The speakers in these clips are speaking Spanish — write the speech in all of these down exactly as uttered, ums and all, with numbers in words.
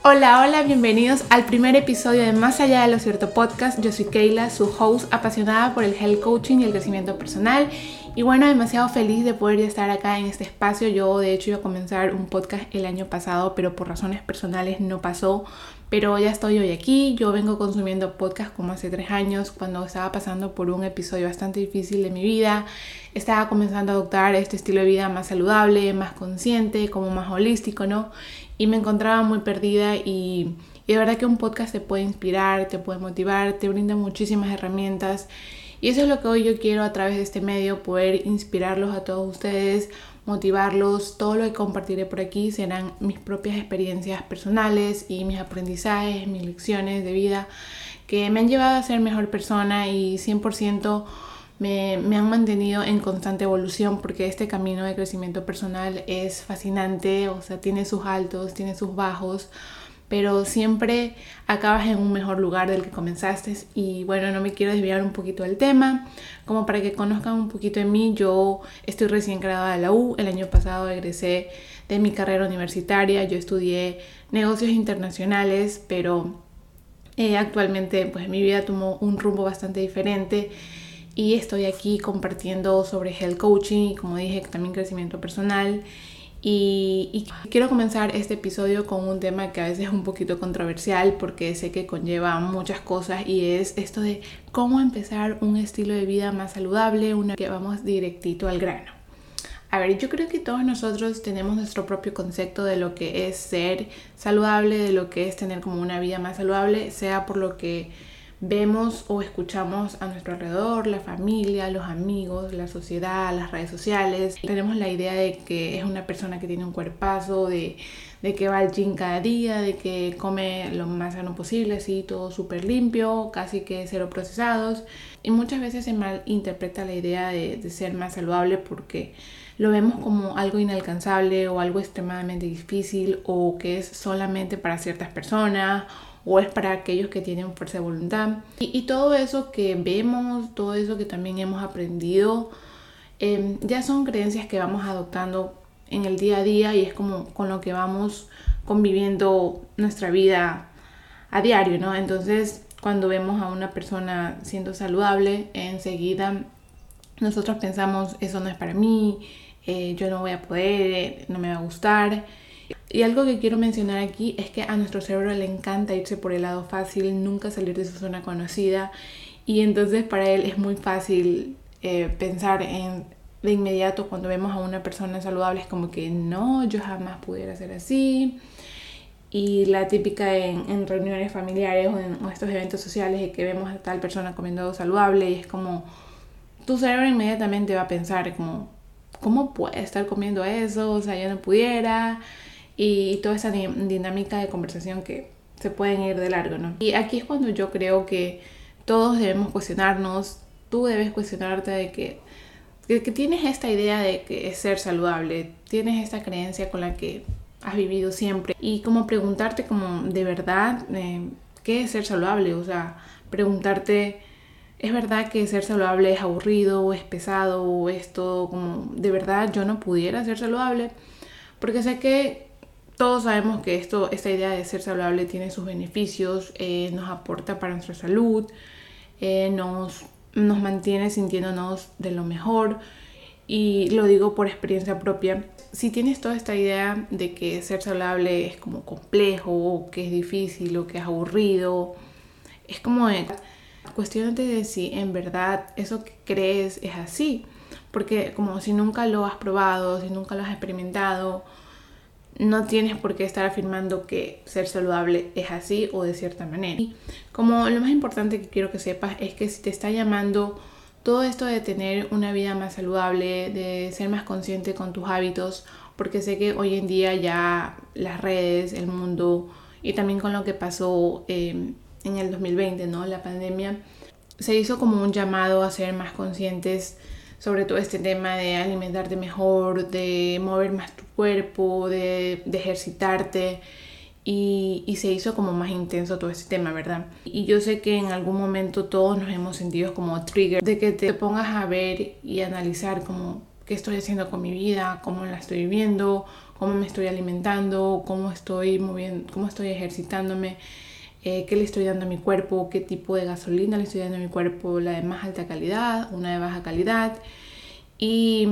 Hola, hola, bienvenidos al primer episodio de Más Allá de lo Cierto Podcast. Yo soy Keila, su host apasionada por el health coaching y el crecimiento personal. Y bueno, demasiado feliz de poder ya estar acá en este espacio. Yo de hecho iba a comenzar un podcast el año pasado, pero por razones personales no pasó. Pero ya estoy hoy aquí. Yo vengo consumiendo podcast como hace tres años, cuando estaba pasando por un episodio bastante difícil de mi vida. Estaba comenzando a adoptar este estilo de vida más saludable, más consciente, como más holístico, ¿no? Y me encontraba muy perdida y, y de verdad que un podcast te puede inspirar, te puede motivar, te brinda muchísimas herramientas. Y eso es lo que hoy yo quiero a través de este medio, poder inspirarlos a todos ustedes, motivarlos. Todo lo que compartiré por aquí serán mis propias experiencias personales y mis aprendizajes, mis lecciones de vida que me han llevado a ser mejor persona y cien por ciento me, me han mantenido en constante evolución, porque este camino de crecimiento personal es fascinante. O sea, tiene sus altos, tiene sus bajos, pero siempre acabas en un mejor lugar del que comenzaste. Y bueno, no me quiero desviar un poquito del tema, como para que conozcan un poquito de mí. Yo estoy recién graduada de la U, el año pasado egresé de mi carrera universitaria. Yo estudié negocios internacionales, pero eh, actualmente pues mi vida tomó un rumbo bastante diferente y estoy aquí compartiendo sobre health coaching y, como dije, también crecimiento personal. Y, y quiero comenzar este episodio con un tema que a veces es un poquito controversial, porque sé que conlleva muchas cosas, y es esto de cómo empezar un estilo de vida más saludable, una que vamos directito al grano. A ver, yo creo que todos nosotros tenemos nuestro propio concepto de lo que es ser saludable, de lo que es tener como una vida más saludable, sea por lo que vemos o escuchamos a nuestro alrededor, la familia, los amigos, la sociedad, las redes sociales. Tenemos la idea de que es una persona que tiene un cuerpazo, de, de que va al gym cada día, de que come lo más sano posible, así todo súper limpio, casi que cero procesados. Y muchas veces se malinterpreta la idea de, de ser más saludable, porque lo vemos como algo inalcanzable o algo extremadamente difícil, o que es solamente para ciertas personas, o es para aquellos que tienen fuerza de voluntad. Y, y todo eso que vemos, todo eso que también hemos aprendido, eh, ya son creencias que vamos adoptando en el día a día, y es como con lo que vamos conviviendo nuestra vida a diario, ¿no? Entonces, cuando vemos a una persona siendo saludable, enseguida nosotros pensamos, eso no es para mí, eh, yo no voy a poder, no me va a gustar. Y algo que quiero mencionar aquí es que a nuestro cerebro le encanta irse por el lado fácil, nunca salir de su zona conocida, y entonces para él es muy fácil eh, pensar en de inmediato cuando vemos a una persona saludable, es como que no, yo jamás pudiera ser así. Y la típica en, en reuniones familiares o en o estos eventos sociales, de que vemos a tal persona comiendo algo saludable, y es como tu cerebro inmediatamente va a pensar como, ¿cómo puede estar comiendo eso? O sea, yo no pudiera. Y toda esa dinámica de conversación que se pueden ir de largo, ¿no? Y aquí es cuando yo creo que todos debemos cuestionarnos. Tú debes cuestionarte de que, que, que tienes esta idea de que es ser saludable, tienes esta creencia con la que has vivido siempre, y como preguntarte como de verdad eh, ¿qué es ser saludable? O sea, preguntarte, ¿es verdad que ser saludable es aburrido o es pesado o es todo como de verdad yo no pudiera ser saludable? Porque sé que todos sabemos que esto, esta idea de ser saludable tiene sus beneficios, eh, nos aporta para nuestra salud, eh, nos, nos mantiene sintiéndonos de lo mejor, y lo digo por experiencia propia. Si tienes toda esta idea de que ser saludable es como complejo, o que es difícil, o que es aburrido, es como de, cuestiónate de si en verdad eso que crees es así, porque como si nunca lo has probado, si nunca lo has experimentado, no tienes por qué estar afirmando que ser saludable es así o de cierta manera. Y como lo más importante que quiero que sepas es que si te está llamando todo esto de tener una vida más saludable, de ser más consciente con tus hábitos, porque sé que hoy en día ya las redes, el mundo, y también con lo que pasó eh, en el dos mil veinte, ¿no? La pandemia, se hizo como un llamado a ser más conscientes sobre todo este tema de alimentarte mejor, de mover más tu cuerpo, de, de ejercitarte, y, y se hizo como más intenso todo este tema, ¿verdad? Y yo sé que en algún momento todos nos hemos sentido como trigger, de que te pongas a ver y analizar como qué estoy haciendo con mi vida, cómo la estoy viviendo, cómo me estoy alimentando, cómo estoy moviendo, cómo estoy ejercitándome, eh, qué le estoy dando a mi cuerpo, qué tipo de gasolina le estoy dando a mi cuerpo, la de más alta calidad, una de baja calidad. Y,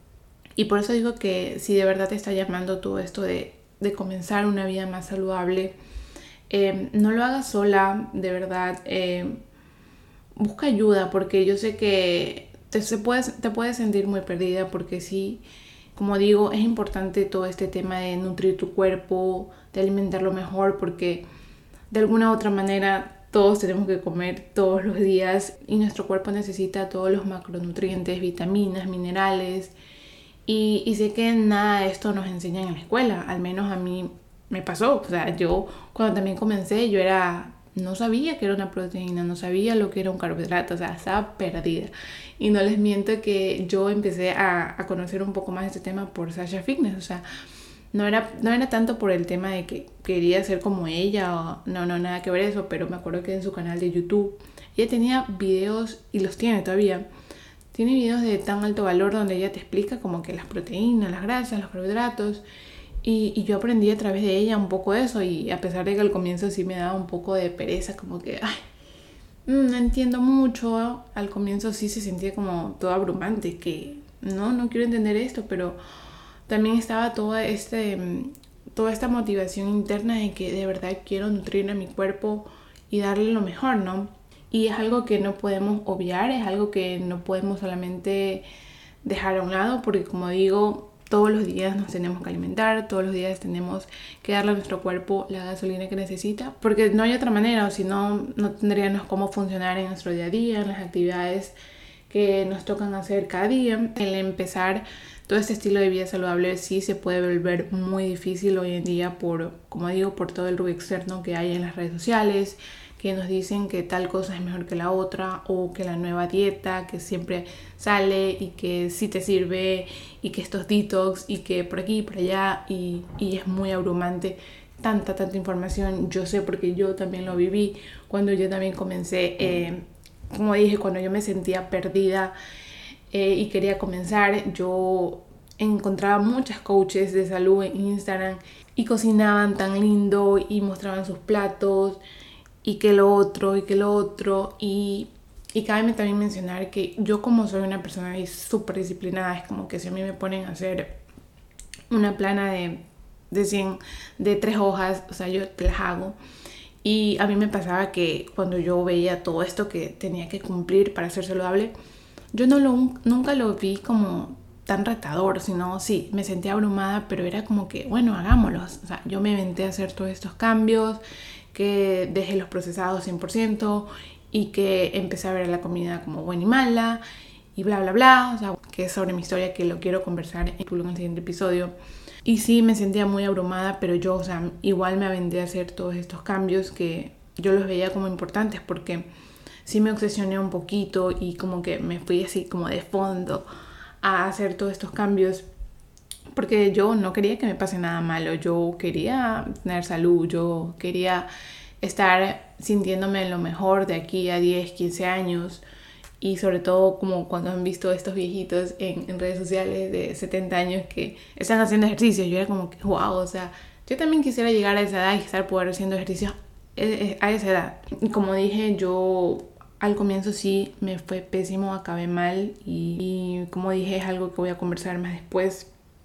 y por eso digo que si de verdad te está llamando todo esto de, de comenzar una vida más saludable, eh, no lo hagas sola, de verdad. Eh, busca ayuda, porque yo sé que te, se puedes, te puedes sentir muy perdida, porque sí, como digo, es importante todo este tema de nutrir tu cuerpo, de alimentarlo mejor, porque de alguna u otra manera todos tenemos que comer todos los días y nuestro cuerpo necesita todos los macronutrientes, vitaminas, minerales, y, y sé que nada de esto nos enseñan en la escuela, al menos a mí me pasó. O sea, yo cuando también comencé, yo era... no sabía que era una proteína, no sabía lo que era un carbohidrato, o sea, estaba perdida. Y no les miento que yo empecé a, a conocer un poco más este tema por Sasha Fitness, o sea, no era, no era tanto por el tema de que quería ser como ella, o, no, no, nada que ver eso, pero me acuerdo que en su canal de YouTube, ella tenía videos, y los tiene todavía, tiene videos de tan alto valor donde ella te explica como que las proteínas, las grasas, los carbohidratos. Y, y yo aprendí a través de ella un poco eso, y a pesar de que al comienzo sí me daba un poco de pereza, como que, ay, no entiendo mucho, al comienzo sí se sentía como todo abrumante, que no, no quiero entender esto, pero también estaba toda, este, toda esta motivación interna de que de verdad quiero nutrir a mi cuerpo y darle lo mejor, ¿no? Y es algo que no podemos obviar, es algo que no podemos solamente dejar a un lado, porque como digo, todos los días nos tenemos que alimentar, todos los días tenemos que darle a nuestro cuerpo la gasolina que necesita, porque no hay otra manera, o si no, no tendríamos cómo funcionar en nuestro día a día, en las actividades que nos tocan hacer cada día. El empezar todo este estilo de vida saludable sí se puede volver muy difícil hoy en día por, como digo, por todo el ruido externo que hay en las redes sociales, que nos dicen que tal cosa es mejor que la otra, o que la nueva dieta que siempre sale y que sí te sirve, y que estos detox, y que por aquí y por allá, y, y es muy abrumante tanta, tanta información. Yo sé porque yo también lo viví cuando yo también comencé, eh, como dije, cuando yo me sentía perdida eh, y quería comenzar, yo encontraba muchas coaches de salud en Instagram y cocinaban tan lindo y mostraban sus platos, y que lo otro, y que lo otro, y, y cabe también mencionar que yo, como soy una persona súper disciplinada, es como que si a mí me ponen a hacer una plana de, de cien, de tres hojas, o sea, yo te las hago. Y a mí me pasaba que cuando yo veía todo esto que tenía que cumplir para ser saludable, yo no lo, nunca lo vi como tan retador, sino sí, me sentía abrumada, pero era como que, bueno, hagámoslos. O sea, yo me inventé a hacer todos estos cambios, que dejé los procesados cien por ciento y que empecé a ver la comida como buena y mala y bla bla bla, o sea, que es sobre mi historia, que lo quiero conversar en el siguiente episodio. Y sí, me sentía muy abrumada, pero yo, o sea, igual me aventé a hacer todos estos cambios que yo los veía como importantes, porque sí me obsesioné un poquito y como que me fui así como de fondo a hacer todos estos cambios, porque yo no quería que me pase nada malo, yo quería tener salud, yo quería estar sintiéndome lo mejor de aquí a diez, quince años, y sobre todo como cuando han visto estos viejitos en, en redes sociales de setenta años que están haciendo ejercicio, yo era como que wow, o sea, yo también quisiera llegar a esa edad y estar poder haciendo ejercicio a esa edad. Y como dije, yo al comienzo sí me fue pésimo, acabé mal, y, y como dije, es algo que voy a conversar más después,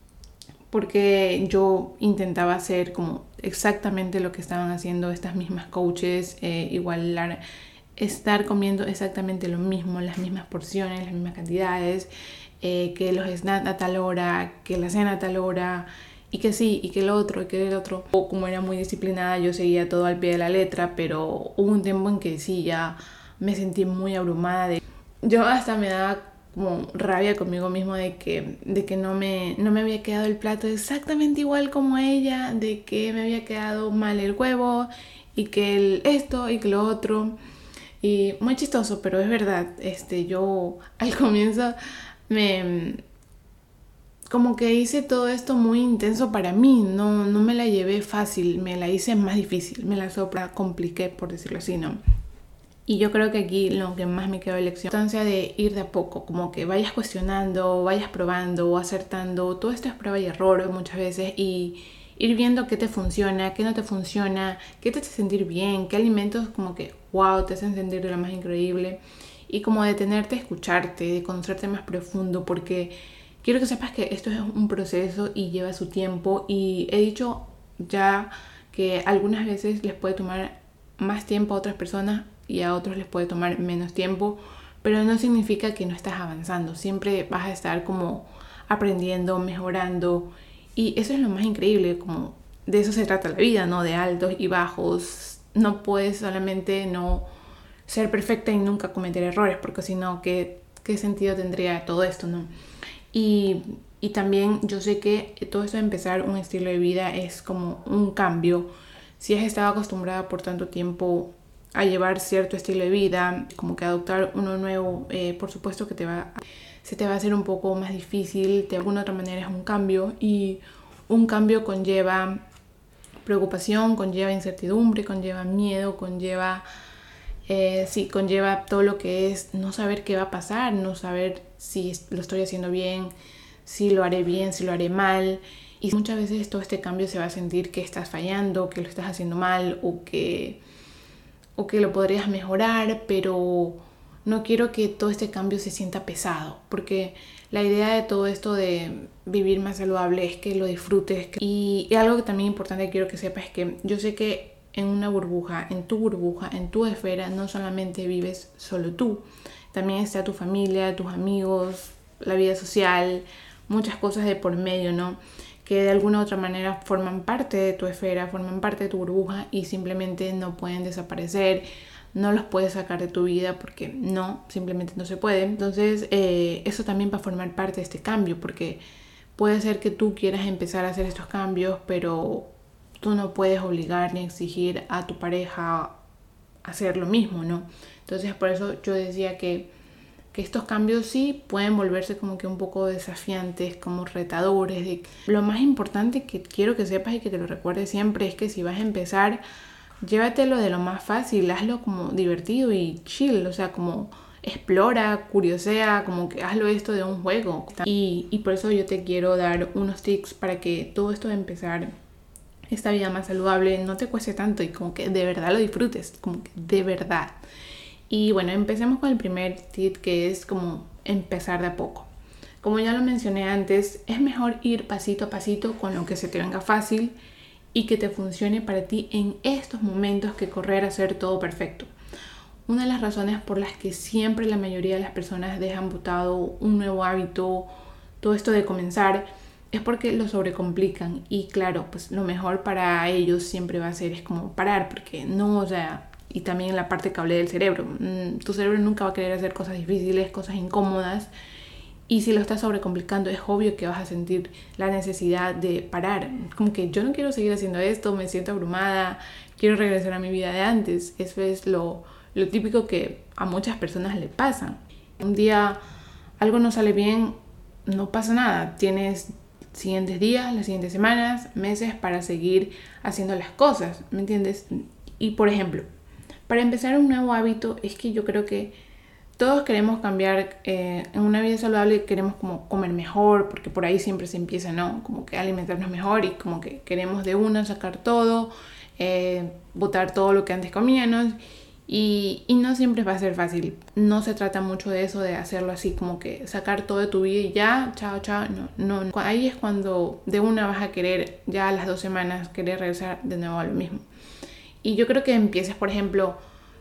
porque yo intentaba hacer como exactamente lo que estaban haciendo estas mismas coaches, eh, igualar, estar comiendo exactamente lo mismo, las mismas porciones, las mismas cantidades, eh, que los snacks a tal hora, que la cena a tal hora, y que sí, y que el otro, y que el otro. O como era muy disciplinada, yo seguía todo al pie de la letra, pero hubo un tiempo en que sí, ya me sentí muy abrumada. De... Yo hasta me daba como rabia conmigo mismo de que, de que no, me, no me había quedado el plato exactamente igual como ella, de que me había quedado mal el huevo, y que el esto, y que lo otro. Y muy chistoso, pero es verdad, este, yo al comienzo me... como que hice todo esto muy intenso para mí, no, no me la llevé fácil, me la hice más difícil, me la sopra compliqué, por decirlo así, ¿no? Y yo creo que aquí lo que más me quedó de lección es la importancia de ir de a poco, como que vayas cuestionando, vayas probando, acertando. Todo esto es prueba y error muchas veces y ir viendo qué te funciona, qué no te funciona, qué te hace sentir bien, qué alimentos como que wow, te hacen sentir de lo más increíble. Y como detenerte a escucharte, de conocerte más profundo, porque quiero que sepas que esto es un proceso y lleva su tiempo. Y he dicho ya que algunas veces les puede tomar más tiempo a otras personas y a otros les puede tomar menos tiempo, pero no significa que no estás avanzando. Siempre vas a estar como aprendiendo, mejorando, y eso es lo más increíble, como de eso se trata la vida, ¿no? De altos y bajos. No puedes solamente no ser perfecta y nunca cometer errores, porque si no, ¿qué, qué sentido tendría todo esto, no? Y, y también yo sé que todo esto de empezar un estilo de vida es como un cambio. Si has estado acostumbrada por tanto tiempo a llevar cierto estilo de vida, como que adoptar uno nuevo, eh, por supuesto que te va, se te va a hacer un poco más difícil. De alguna otra manera es un cambio, y un cambio conlleva preocupación, conlleva incertidumbre, conlleva miedo, conlleva, eh, sí, conlleva todo lo que es no saber qué va a pasar, no saber si lo estoy haciendo bien, si lo haré bien, si lo haré mal. Y muchas veces todo este cambio se va a sentir que estás fallando, que lo estás haciendo mal, o que o que lo podrías mejorar, pero no quiero que todo este cambio se sienta pesado, porque la idea de todo esto de vivir más saludable es que lo disfrutes. Y, y algo que también importante quiero que sepas es que yo sé que en una burbuja, en tu burbuja, en tu esfera, no solamente vives solo tú, también está tu familia, tus amigos, la vida social, muchas cosas de por medio, ¿no? Que de alguna u otra manera forman parte de tu esfera, forman parte de tu burbuja y simplemente no pueden desaparecer, no los puedes sacar de tu vida porque no, simplemente no se puede. Entonces eh, eso también va a formar parte de este cambio, porque puede ser que tú quieras empezar a hacer estos cambios, pero tú no puedes obligar ni exigir a tu pareja a hacer lo mismo, ¿no? Entonces por eso yo decía que que estos cambios sí pueden volverse como que un poco desafiantes, como retadores. De... Lo más importante que quiero que sepas y que te lo recuerdes siempre es que si vas a empezar, llévatelo de lo más fácil, hazlo como divertido y chill, o sea, como explora, curiosea, como que hazlo esto de un juego. Y, y por eso yo te quiero dar unos tips para que todo esto de empezar esta vida más saludable no te cueste tanto y como que de verdad lo disfrutes, como que de verdad. Y bueno, empecemos con el primer tip, que es como empezar de a poco. Como ya lo mencioné antes, es mejor ir pasito a pasito con lo que se te venga fácil y que te funcione para ti en estos momentos, que correr a hacer todo perfecto. Una de las razones por las que siempre la mayoría de las personas dejan botado un nuevo hábito, todo esto de comenzar, es porque lo sobrecomplican. Y claro, pues lo mejor para ellos siempre va a ser es como parar, porque no, o sea... Y también la parte que hablé del cerebro. Tu cerebro nunca va a querer hacer cosas difíciles, cosas incómodas. Y si lo estás sobrecomplicando, es obvio que vas a sentir la necesidad de parar. Como que yo no quiero seguir haciendo esto, me siento abrumada, quiero regresar a mi vida de antes. Eso es lo, lo típico que a muchas personas le pasa. Un día algo no sale bien, no pasa nada. Tienes siguientes días, las siguientes semanas, meses para seguir haciendo las cosas, ¿me entiendes? Y por ejemplo, para empezar un nuevo hábito, es que yo creo que todos queremos cambiar eh, en una vida saludable, queremos como comer mejor, porque por ahí siempre se empieza, ¿no? Como que alimentarnos mejor y como que queremos de una sacar todo, eh, botar todo lo que antes comíamos, y, y no siempre va a ser fácil. No se trata mucho de eso, de hacerlo así como que sacar todo de tu vida y ya, chao, chao, no, no. Ahí es cuando de una vas a querer, ya a las dos semanas, querer regresar de nuevo a lo mismo. Y yo creo que empieces, por ejemplo,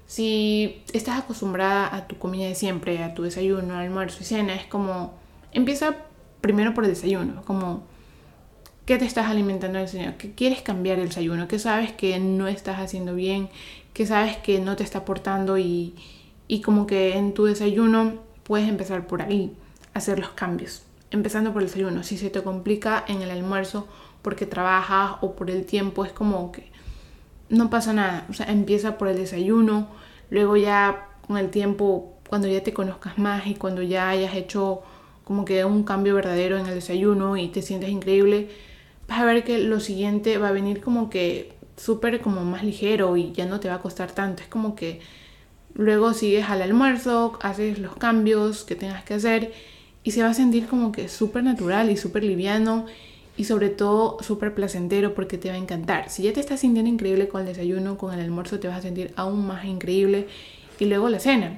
si estás acostumbrada a tu comida de siempre, a tu desayuno, almuerzo y cena, es como, empieza primero por el desayuno, como, ¿qué te estás alimentando el desayuno? ¿Qué quieres cambiar el desayuno? ¿Qué sabes que no estás haciendo bien? ¿Qué sabes que no te está aportando? Y, y como que en tu desayuno puedes empezar por ahí, hacer los cambios, empezando por el desayuno. Si se te complica en el almuerzo porque trabajas o por el tiempo, es como que no pasa nada, o sea, empieza por el desayuno, luego ya con el tiempo, cuando ya te conozcas más y cuando ya hayas hecho como que un cambio verdadero en el desayuno y te sientes increíble, vas a ver que lo siguiente va a venir como que súper como más ligero y ya no te va a costar tanto. Es como que Luego sigues al almuerzo, haces los cambios que tengas que hacer y se va a sentir como que súper natural y súper liviano y sobre todo súper placentero porque te va a encantar. Si ya te estás sintiendo increíble con el desayuno, con el almuerzo te vas a sentir aún más increíble y luego la cena.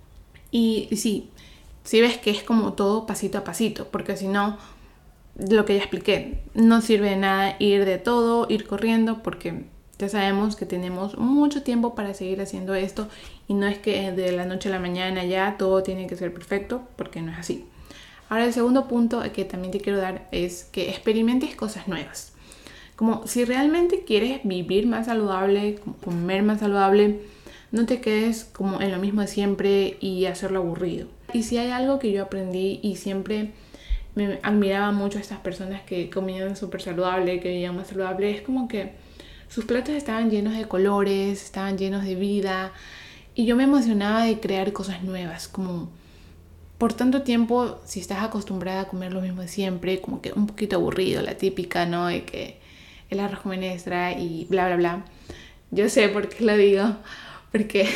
Y, y sí, sí ves que es como todo pasito a pasito, porque si no, lo que ya expliqué, no sirve de nada ir de todo, ir corriendo, porque ya sabemos que tenemos mucho tiempo para seguir haciendo esto y no es que de la noche a la mañana ya todo tiene que ser perfecto, porque no es así. Ahora el segundo punto que también te quiero dar es que experimentes cosas nuevas. Como si realmente quieres vivir más saludable, comer más saludable, no te quedes como en lo mismo de siempre y hacerlo aburrido. Y si hay algo que yo aprendí y siempre me admiraba mucho a estas personas que comían súper saludable, que vivían más saludable, es como que sus platos estaban llenos de colores, estaban llenos de vida y yo me emocionaba de crear cosas nuevas, como por tanto tiempo, si estás acostumbrada a comer lo mismo de siempre, como que un poquito aburrido, la típica, ¿no? De que el arroz con menestra y bla, bla, bla. Yo sé por qué lo digo, porque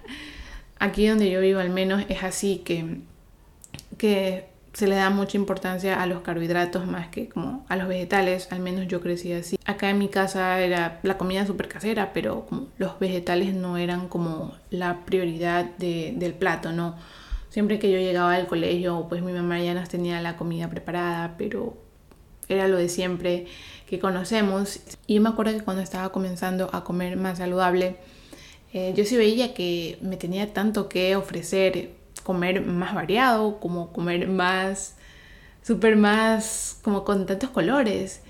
aquí donde yo vivo al menos es así, que, que se le da mucha importancia a los carbohidratos más que como a los vegetales, al menos yo crecí así. Acá en mi casa era la comida súper casera, pero como los vegetales no eran como la prioridad de, del plato, ¿no? Siempre que yo llegaba al colegio, pues mi mamá ya nos tenía la comida preparada, pero era lo de siempre que conocemos. Y yo me acuerdo que cuando estaba comenzando a comer más saludable, eh, yo sí veía que me tenía tanto que ofrecer, comer más variado, como comer más, súper más, como con tantos colores.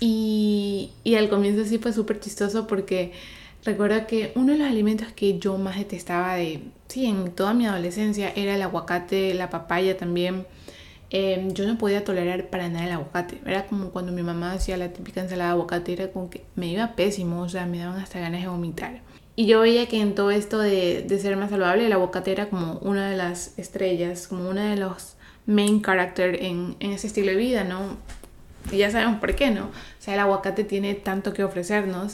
Y, y al comienzo sí fue súper chistoso porque recuerdo que uno de los alimentos que yo más detestaba de, sí, en toda mi adolescencia era el aguacate, la papaya también. Eh, yo no podía tolerar para nada el aguacate. Era como cuando mi mamá hacía la típica ensalada de aguacate, era como que me iba pésimo, o sea, me daban hasta ganas de vomitar. Y yo veía que en todo esto de, de ser más saludable, el aguacate era como una de las estrellas, como una de los main character en, en ese estilo de vida, ¿no? Y ya sabemos por qué, ¿no? O sea, el aguacate tiene tanto que ofrecernos.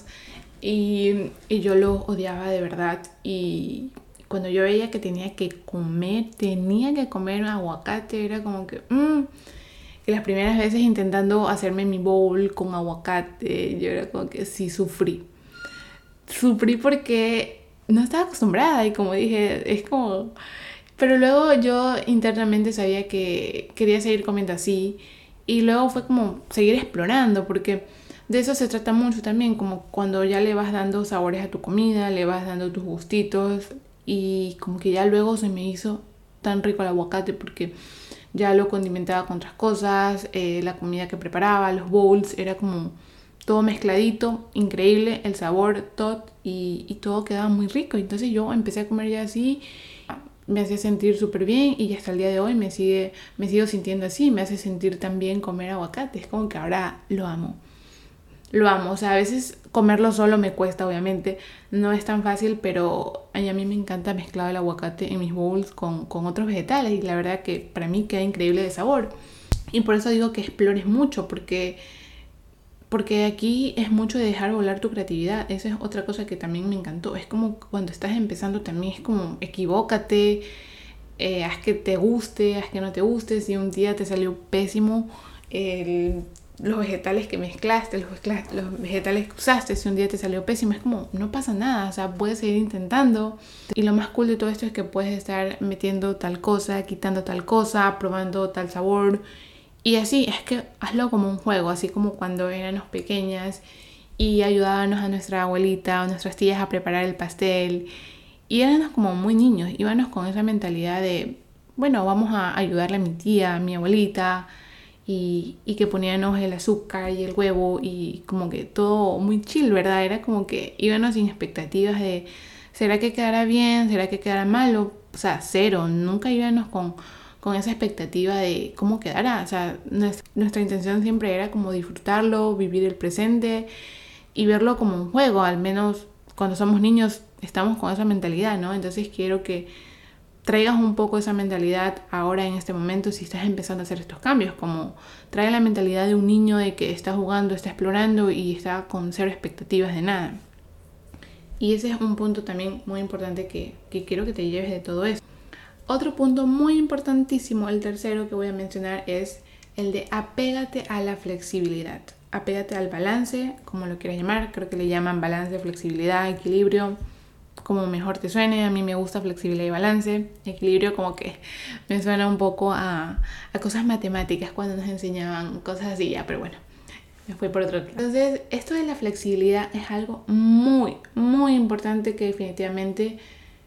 Y, y yo lo odiaba de verdad y cuando yo veía que tenía que comer, tenía que comer un aguacate, era como que... Mmm. Y las primeras veces intentando hacerme mi bowl con aguacate, yo era como que sí sufrí. Sufrí porque no estaba acostumbrada y como dije, es como... Pero luego yo internamente sabía que quería seguir comiendo así y luego fue como seguir explorando porque... De eso se trata mucho también, como cuando ya le vas dando sabores a tu comida, le vas dando tus gustitos y como que ya luego se me hizo tan rico el aguacate porque ya lo condimentaba con otras cosas, eh, la comida que preparaba, los bowls, era como todo mezcladito, increíble, el sabor, todo y, y todo quedaba muy rico. Entonces yo empecé a comer ya así, me hacía sentir súper bien y hasta el día de hoy me, sigue, me sigo sintiendo así, me hace sentir tan bien comer aguacate, es como que ahora lo amo. Lo amo, o sea, a veces comerlo solo me cuesta, obviamente, no es tan fácil, pero a mí me encanta mezclar el aguacate en mis bowls con, con otros vegetales y la verdad que para mí queda increíble de sabor. Y por eso digo que explores mucho, porque, porque aquí es mucho de dejar volar tu creatividad. Esa es otra cosa que también me encantó. Es como cuando estás empezando también es como equivócate, eh, haz que te guste, haz que no te guste. Si un día te salió pésimo el... los vegetales que mezclaste, los, los vegetales que usaste, si un día te salió pésimo, es como, no pasa nada, o sea, puedes seguir intentando. Y lo más cool de todo esto es que puedes estar metiendo tal cosa, quitando tal cosa, probando tal sabor. Y así, es que hazlo como un juego, así como cuando éramos pequeñas y ayudábamos a nuestra abuelita o nuestras tías a preparar el pastel. Y éramos como muy niños, íbamos con esa mentalidad de, bueno, vamos a ayudarle a mi tía, a mi abuelita, Y, y que poníamos el azúcar y el huevo y como que todo muy chill, ¿verdad? Era como que íbamos sin expectativas de ¿será que quedará bien? ¿Será que quedará mal? O, o sea, cero, nunca íbamos con, con esa expectativa de cómo quedará. O sea, nuestra, nuestra intención siempre era como disfrutarlo, vivir el presente y verlo como un juego. Al menos cuando somos niños estamos con esa mentalidad, ¿no? Entonces quiero que traigas un poco esa mentalidad ahora en este momento si estás empezando a hacer estos cambios, como trae la mentalidad de un niño de que está jugando, está explorando y está con cero expectativas de nada. Y ese es un punto también muy importante que, que quiero que te lleves de todo eso. Otro punto muy importantísimo, el tercero que voy a mencionar, es el de apégate a la flexibilidad. Apégate al balance, como lo quieras llamar. Creo que le llaman balance, flexibilidad, equilibrio, como mejor te suene. A mí me gusta flexibilidad y balance. Equilibrio como que me suena un poco a, a cosas matemáticas cuando nos enseñaban cosas así ya, pero bueno, me fui por otro lado. Entonces, esto de la flexibilidad es algo muy, muy importante que definitivamente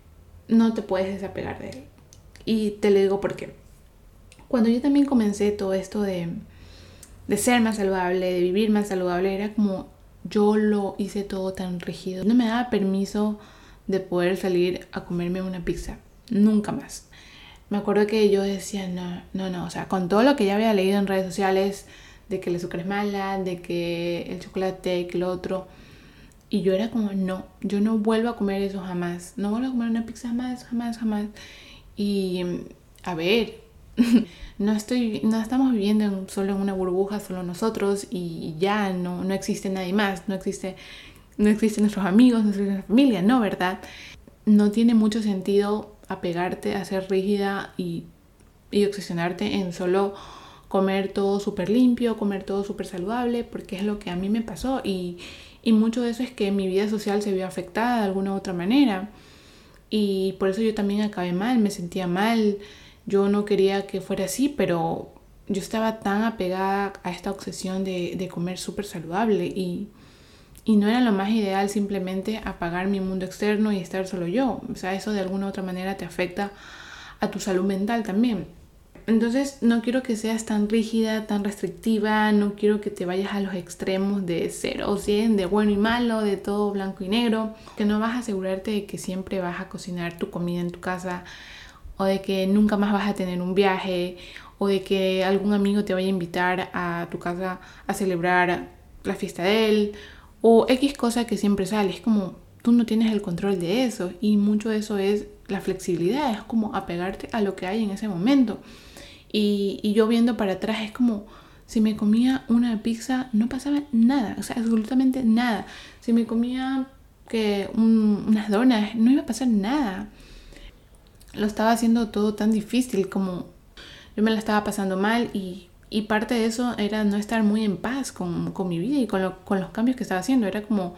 no te puedes desapegar de él. Y te lo digo porque cuando yo también comencé todo esto de, de ser más saludable, de vivir más saludable, era como yo lo hice todo tan rígido. No me daba permiso de poder salir a comerme una pizza. Nunca más. Me acuerdo que yo decía, no, no, no. O sea, con todo lo que ya había leído en redes sociales, de que el azúcar es mala, de que el chocolate, que lo otro. Y yo era como, no, yo no vuelvo a comer eso jamás. No vuelvo a comer una pizza jamás, jamás, jamás. Y a ver, no estoy, no estamos viviendo en, solo en una burbuja, solo nosotros y ya no, no existe nadie más, no existe, no existen nuestros amigos, nuestra familia, no, ¿verdad? No tiene mucho sentido apegarte a ser rígida y, y obsesionarte en solo comer todo súper limpio, comer todo súper saludable, porque es lo que a mí me pasó y, y mucho de eso es que mi vida social se vio afectada de alguna u otra manera. Y por eso yo también acabé mal, me sentía mal, yo no quería que fuera así, pero yo estaba tan apegada a esta obsesión de, de comer súper saludable y, y no era lo más ideal simplemente apagar mi mundo externo y estar solo yo. O sea, eso de alguna u otra manera te afecta a tu salud mental también. Entonces no quiero que seas tan rígida, tan restrictiva, no quiero que te vayas a los extremos de cero o cien, de bueno y malo, de todo blanco y negro, que no vas a asegurarte de que siempre vas a cocinar tu comida en tu casa o de que nunca más vas a tener un viaje o de que algún amigo te vaya a invitar a tu casa a celebrar la fiesta de él o X cosa que siempre sale. Es como tú no tienes el control de eso y mucho de eso es la flexibilidad, es como apegarte a lo que hay en ese momento. Y, y yo viendo para atrás es como si me comía una pizza no pasaba nada, o sea, absolutamente nada. Si me comía que un, unas donas no iba a pasar nada. Lo estaba haciendo todo tan difícil, como yo me la estaba pasando mal y, y parte de eso era no estar muy en paz con, con mi vida y con, lo, con los cambios que estaba haciendo. Era como,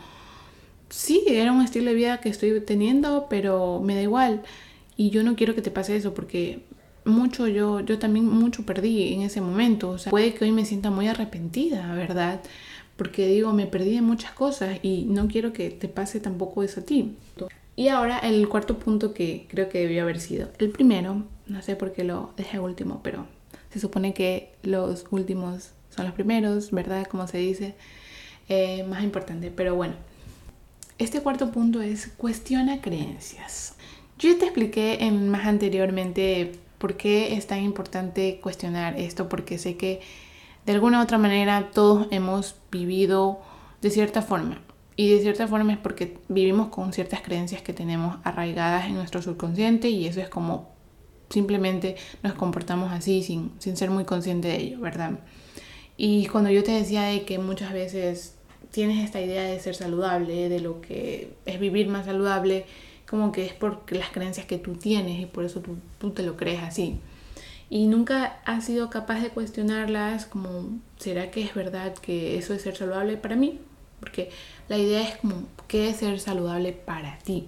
sí, era un estilo de vida que estoy teniendo, pero me da igual. Y yo no quiero que te pase eso porque mucho yo, yo también mucho perdí en ese momento. O sea, puede que hoy me sienta muy arrepentida, ¿verdad? Porque digo, me perdí de muchas cosas y no quiero que te pase tampoco eso a ti. Y ahora el cuarto punto que creo que debió haber sido el primero. No sé por qué lo dejé último, pero se supone que los últimos son los primeros, ¿verdad? Como se dice, eh, más importante. Pero bueno, este cuarto punto es cuestiona creencias. Yo ya te expliqué en, más anteriormente por qué es tan importante cuestionar esto, porque sé que de alguna u otra manera todos hemos vivido de cierta forma. Y de cierta forma es porque vivimos con ciertas creencias que tenemos arraigadas en nuestro subconsciente y eso es como simplemente nos comportamos así sin, sin ser muy conscientes de ello, ¿verdad? Y cuando yo te decía de que muchas veces tienes esta idea de ser saludable, de lo que es vivir más saludable, como que es por las creencias que tú tienes y por eso tú, tú te lo crees así. Y nunca has sido capaz de cuestionarlas como, ¿será que es verdad que eso es ser saludable para mí? Porque la idea es como, ¿qué es ser saludable para ti?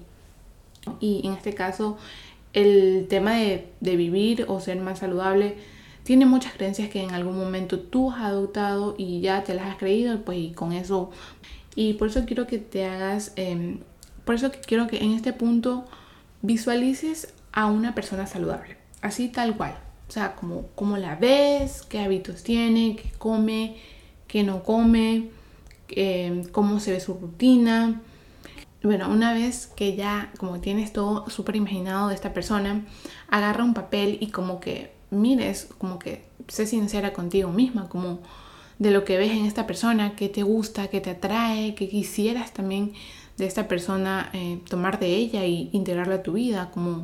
Y en este caso, el tema de, de vivir o ser más saludable tiene muchas creencias que en algún momento tú has adoptado y ya te las has creído, pues y con eso. Y por eso quiero que te hagas... Eh, Por eso quiero que en este punto visualices a una persona saludable, así tal cual. O sea, como, como la ves, qué hábitos tiene, qué come, qué no come, eh, cómo se ve su rutina. Bueno, una vez que ya como tienes todo súper imaginado de esta persona, agarra un papel y como que mires, como que sé sincera contigo misma, como de lo que ves en esta persona, qué te gusta, qué te atrae, qué quisieras también de esta persona, eh, tomar de ella y integrarla a tu vida, como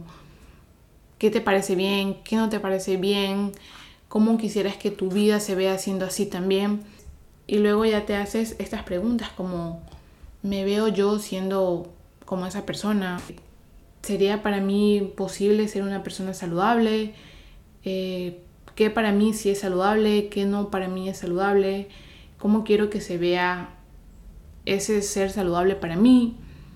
qué te parece bien, qué no te parece bien, cómo quisieras que tu vida se vea siendo así también. Y luego ya te haces estas preguntas como, ¿me veo yo siendo como esa persona. ¿Sería para mí posible ser una persona saludable? Eh, ¿Qué para mí sí es saludable? ¿Qué no para mí es saludable? ¿Cómo quiero que se vea ese ser saludable para mí?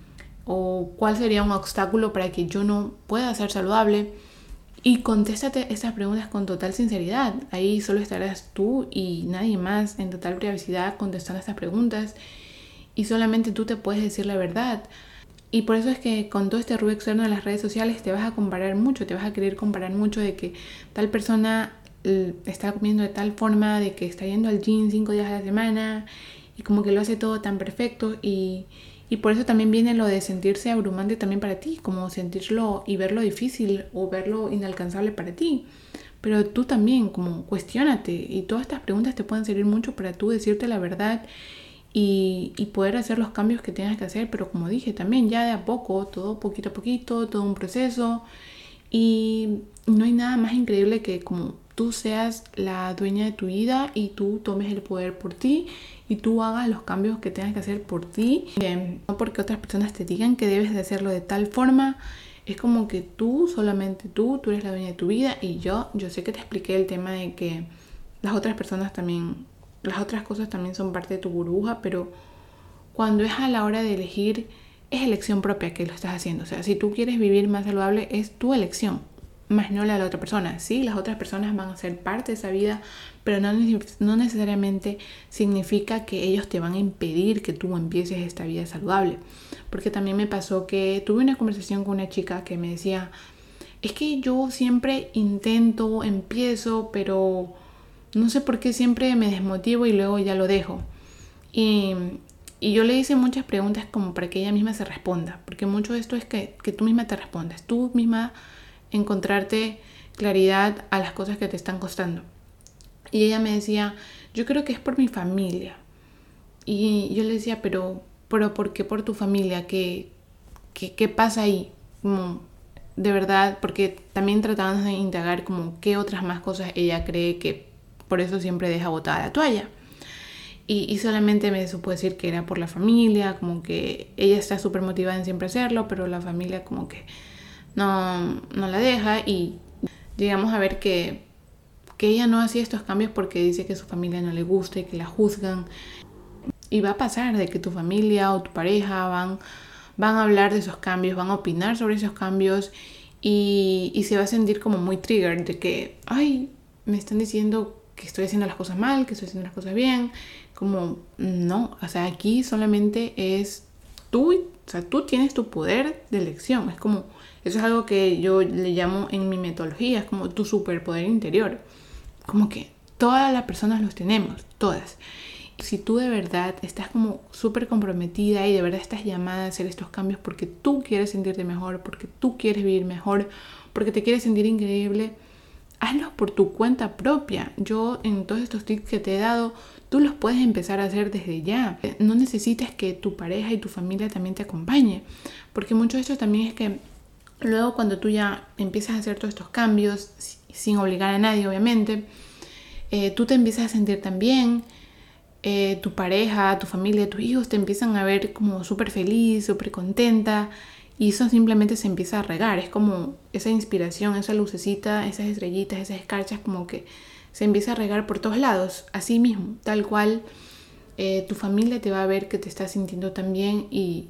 ¿O cuál sería un obstáculo para que yo no pueda ser saludable? Y contéstate estas preguntas con total sinceridad. Ahí solo estarás tú y nadie más en total privacidad contestando estas preguntas. Y solamente tú te puedes decir la verdad. Y por eso es que con todo este ruido externo de las redes sociales te vas a comparar mucho. Te vas a querer comparar mucho de que tal persona eh, está comiendo de tal forma, de que está yendo al gym cinco días a la semana. Y como que lo hace todo tan perfecto. Y... Y por eso también viene lo de sentirse abrumante también para ti, como sentirlo y verlo difícil o verlo inalcanzable para ti. Pero tú también, como cuestiónate, y todas estas preguntas te pueden servir mucho para tú decirte la verdad y, y poder hacer los cambios que tengas que hacer. Pero como dije, también ya de a poco, todo poquito a poquito, todo un proceso. Y no hay nada más increíble que como tú seas la dueña de tu vida y tú tomes el poder por ti y tú hagas los cambios que tengas que hacer por ti. Eh, no porque otras personas te digan que debes de hacerlo de tal forma. Es como que tú, solamente tú, tú eres la dueña de tu vida. Y yo, yo sé que te expliqué el tema de que las otras personas también, las otras cosas también son parte de tu burbuja, pero cuando es a la hora de elegir, es elección propia que lo estás haciendo. O sea, si tú quieres vivir más saludable, es tu elección, más no la de la otra persona. Sí, las otras personas van a ser parte de esa vida, pero no, no necesariamente significa que ellos te van a impedir que tú empieces esta vida saludable. Porque también me pasó que tuve una conversación con una chica que me decía, es que yo siempre intento, empiezo, pero no sé por qué siempre me desmotivo y luego ya lo dejo. Y, y yo le hice muchas preguntas como para que ella misma se responda, porque mucho de esto es que, que tú misma te respondas, tú misma encontrarte claridad a las cosas que te están costando. Y ella me decía, yo creo que es por mi familia. Y yo le decía, pero, pero ¿por qué por tu familia? ¿Qué, qué, qué pasa ahí? Como, de verdad, porque también tratamos de indagar como qué otras más cosas ella cree que por eso siempre deja botada la toalla. Y, y solamente me supo decir que era por la familia, como que ella está súper motivada en siempre hacerlo, pero la familia como que no, no la deja. Y llegamos a ver que, que ella no hacía estos cambios porque dice que su familia no le gusta y que la juzgan. Y va a pasar de que tu familia o tu pareja van, van a hablar de esos cambios, van a opinar sobre esos cambios y, y se va a sentir como muy triggered de que, ay, me están diciendo que estoy haciendo las cosas mal, que estoy haciendo las cosas bien. Como, no, o sea, aquí solamente es tú, o sea, tú tienes tu poder de elección. Es como, eso es algo que yo le llamo en mi metodología, es como tu superpoder interior. Como que todas las personas los tenemos, todas. Si tú de verdad estás como súper comprometida y de verdad estás llamada a hacer estos cambios porque tú quieres sentirte mejor, porque tú quieres vivir mejor, porque te quieres sentir increíble, hazlos por tu cuenta propia. Yo en todos estos tips que te he dado, tú los puedes empezar a hacer desde ya. No necesitas que tu pareja y tu familia también te acompañe, porque mucho de esto también es que luego cuando tú ya empiezas a hacer todos estos cambios, sin obligar a nadie obviamente, eh, tú te empiezas a sentir tan bien, eh, tu pareja, tu familia, tus hijos te empiezan a ver como súper feliz, súper contenta. Y eso simplemente se empieza a regar. Es como esa inspiración, esa lucecita, esas estrellitas, esas escarchas, como que se empieza a regar por todos lados. Así mismo, tal cual, eh, tu familia te va a ver que te estás sintiendo tan bien y,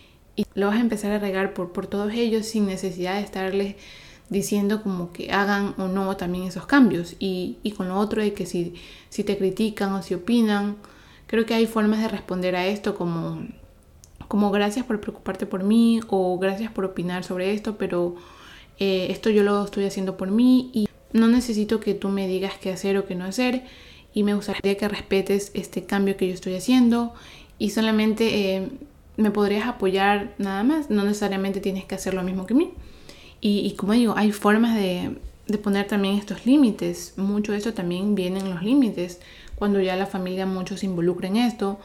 y lo vas a empezar a regar por, por todos ellos sin necesidad de estarles diciendo como que hagan o no también esos cambios. Y, y con lo otro de que si, si te critican o si opinan, creo que hay formas de responder a esto como... como gracias por preocuparte por mí o gracias por opinar sobre esto, pero eh, esto yo lo estoy haciendo por mí y no necesito que tú me digas qué hacer o qué no hacer y me gustaría que respetes este cambio que yo estoy haciendo y solamente eh, me podrías apoyar nada más, no necesariamente tienes que hacer lo mismo que mí. Y, y como digo, hay formas de, de poner también estos límites. Mucho de esto también viene en los límites, cuando ya la familia mucho se involucra en esto.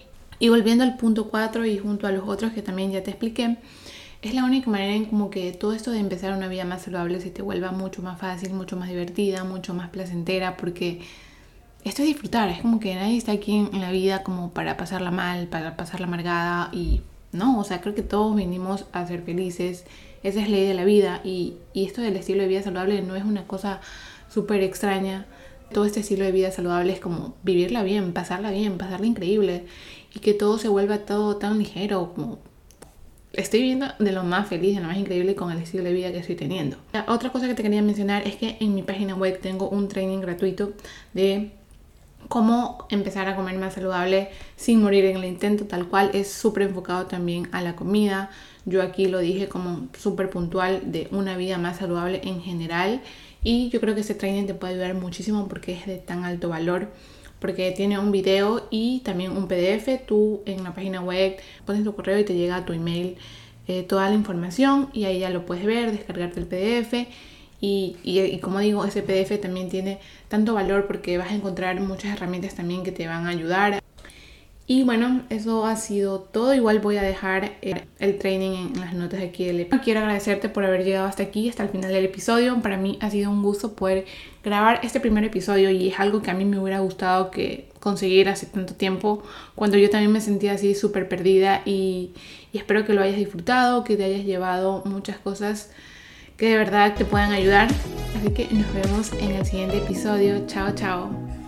Y volviendo al punto cuatro y junto a los otros que también ya te expliqué, es la única manera en como que todo esto de empezar una vida más saludable se te vuelva mucho más fácil, mucho más divertida, mucho más placentera, porque esto es disfrutar, es como que nadie está aquí en la vida como para pasarla mal, para pasarla amargada y no, o sea, creo que todos vinimos a ser felices, esa es ley de la vida y, y esto del estilo de vida saludable no es una cosa súper extraña. Todo este estilo de vida saludable es como vivirla bien, pasarla bien, pasarla increíble y que todo se vuelva todo tan ligero, como estoy viviendo de lo más feliz, de lo más increíble con el estilo de vida que estoy teniendo. La otra cosa que te quería mencionar es que en mi página web tengo un training gratuito de cómo empezar a comer más saludable sin morir en el intento, tal cual. Es súper enfocado también a la comida. Yo aquí lo dije como súper puntual de una vida más saludable en general y yo creo que este training te puede ayudar muchísimo porque es de tan alto valor, porque tiene un video y también un P D F. Tú en la página web pones tu correo y te llega a tu email eh, toda la información y ahí ya lo puedes ver, descargarte el P D F. Y, y, y como digo, ese P D F también tiene tanto valor porque vas a encontrar muchas herramientas también que te van a ayudar. Y bueno, eso ha sido todo. Igual voy a dejar el, el training en, en las notas de aquí del episodio. Quiero agradecerte por haber llegado hasta aquí, hasta el final del episodio. Para mí ha sido un gusto poder grabar este primer episodio y es algo que a mí me hubiera gustado que conseguir hace tanto tiempo, cuando yo también me sentía así súper perdida y, y espero que lo hayas disfrutado, que te hayas llevado muchas cosas que de verdad te puedan ayudar. Así que nos vemos en el siguiente episodio. Chao, chao.